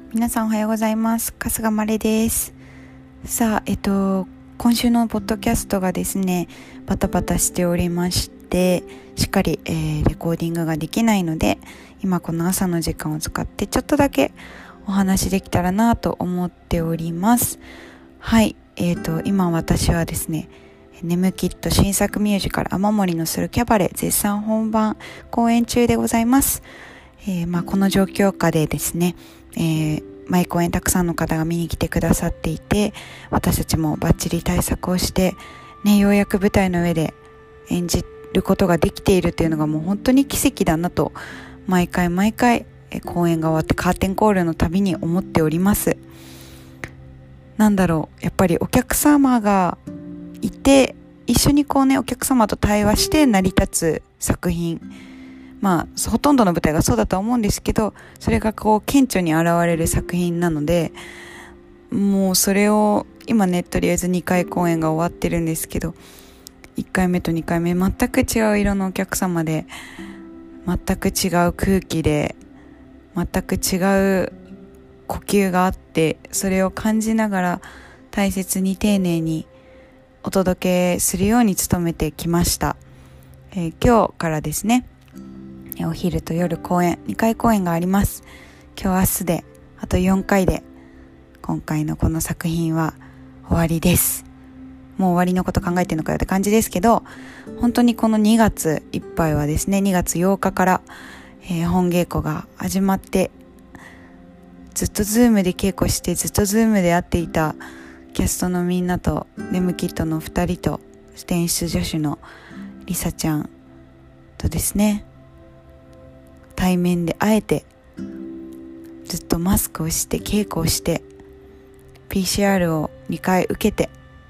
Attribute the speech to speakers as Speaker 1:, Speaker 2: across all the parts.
Speaker 1: 皆さんおはようございます。春日まれです。さあ、今週のポッドキャストがですね、バタバタしておりまして、しっかり、レコーディングができないので、今この朝の時間を使ってちょっとだけお話できたらなと思っております。はい、今私はですね、ネムキッド新作ミュージカル雨漏りのするキャバレ絶賛本番公演中でございます。この状況下でですね、毎公演たくさんの方が見に来てくださっていて、私たちもバッチリ対策をしてね、ようやく舞台の上で演じることができているというのがもう本当に奇跡だなと毎回公演が終わってカーテンコールのたびに思っております。やっぱりお客様がいて一緒にお客様と対話して成り立つ作品、ほとんどの舞台がそうだとは思うんですけど、それが顕著に現れる作品なので、もうそれを今ね、とりあえず2回公演が終わってるんですけど、1回目と2回目全く違う色のお客様で、全く違う空気で、全く違う呼吸があって、それを感じながら大切に丁寧にお届けするように努めてきました。今日からですね、お昼と夜公演2回公演があります。今日明日であと4回で今回のこの作品は終わりです。もう終わりのこと考えてるのかよって感じですけど、本当にこの2月いっぱいはですね、2月8日から、本稽古が始まって、ずっとズームで稽古してずっとズームで会っていたキャストのみんなと、ネムキッドの2人と演出助手のリサちゃんとですね、対面で会えて、ずっとマスクをして稽古をして PCR を2回受けて、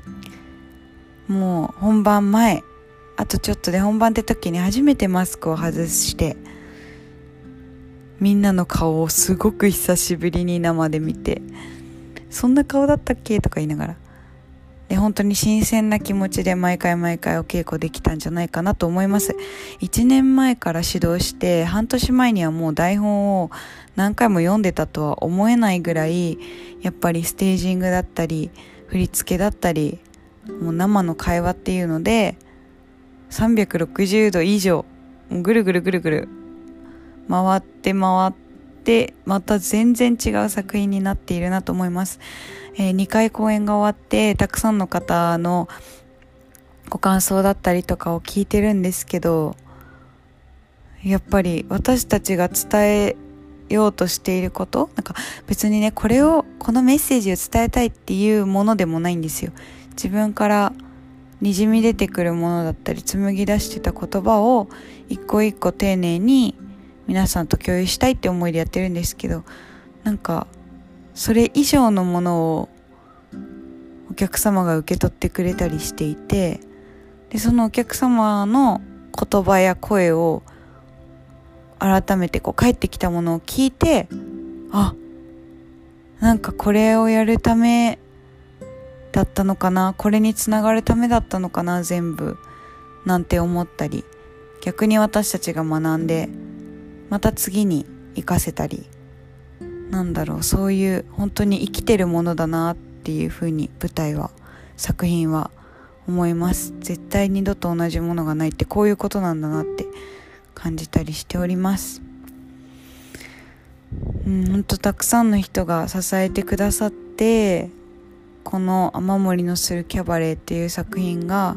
Speaker 1: もう本番前あとちょっとで本番って時に初めてマスクを外して、みんなの顔をすごく久しぶりに生で見て、そんな顔だったっけとか言いながら、で本当に新鮮な気持ちで毎回お稽古できたんじゃないかなと思います。1年前から指導して、半年前にはもう台本を何回も読んでたとは思えないぐらい、やっぱりステージングだったり振り付けだったり、もう生の会話っていうので360度以上ぐるぐる回ってまた全然違う作品になっているなと思います。2回公演が終わってたくさんの方のご感想だったりとかを聞いてるんですけど、やっぱり私たちが伝えようとしていること、別にね、このメッセージを伝えたいっていうものでもないんですよ。自分からにじみ出てくるものだったり、紡ぎ出してた言葉を一個一個丁寧に皆さんと共有したいって思いでやってるんですけど、それ以上のものをお客様が受け取ってくれたりしていて、でそのお客様の言葉や声を改めて返ってきたものを聞いて、これをやるためだったのかな、これにつながるためだったのかな全部なんて思ったり、逆に私たちが学んでまた次に活かせたり、そういう本当に生きてるものだなっていう風に作品は思います。絶対二度と同じものがないってこういうことなんだなって感じたりしております。本当たくさんの人が支えてくださって、この雨漏りのするキャバレーっていう作品が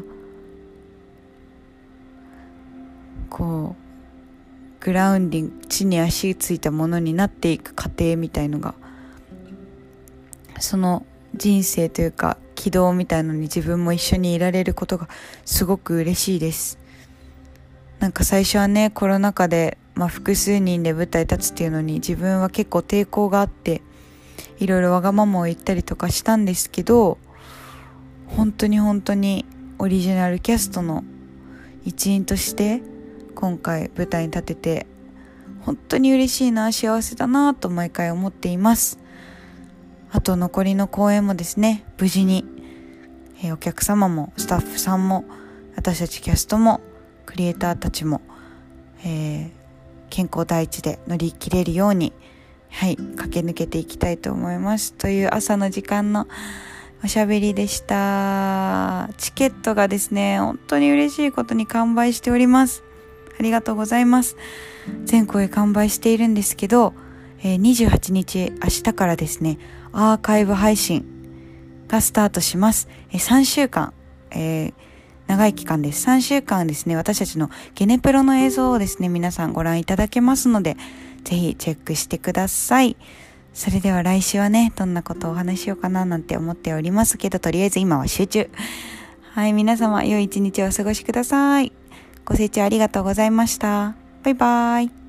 Speaker 1: グラウンディング、地に足ついたものになっていく過程みたいのが、その人生というか軌道みたいのに自分も一緒にいられることがすごく嬉しいです。最初はね、コロナ禍で、複数人で舞台立つっていうのに自分は結構抵抗があって、いろいろわがままを言ったりとかしたんですけど、本当にオリジナルキャストの一員として今回舞台に立てて、本当に嬉しいな、幸せだなと毎回思っています。あと残りの公演もですね、無事に、お客様もスタッフさんも私たちキャストもクリエイターたちも、健康第一で乗り切れるようにはい、駆け抜けていきたいと思いますという朝の時間のおしゃべりでした。チケットがですね、本当に嬉しいことに完売しております。ありがとうございます。全公演完売しているんですけど、28日明日からですね、アーカイブ配信がスタートします。3週間、長い期間です。3週間ですね、私たちのゲネプロの映像をですね、皆さんご覧いただけますので、ぜひチェックしてください。それでは来週はね、どんなことをお話ししようかななんて思っておりますけど、とりあえず今は集中。はい、皆様良い一日をお過ごしください。ご清聴ありがとうございました。バイバイ。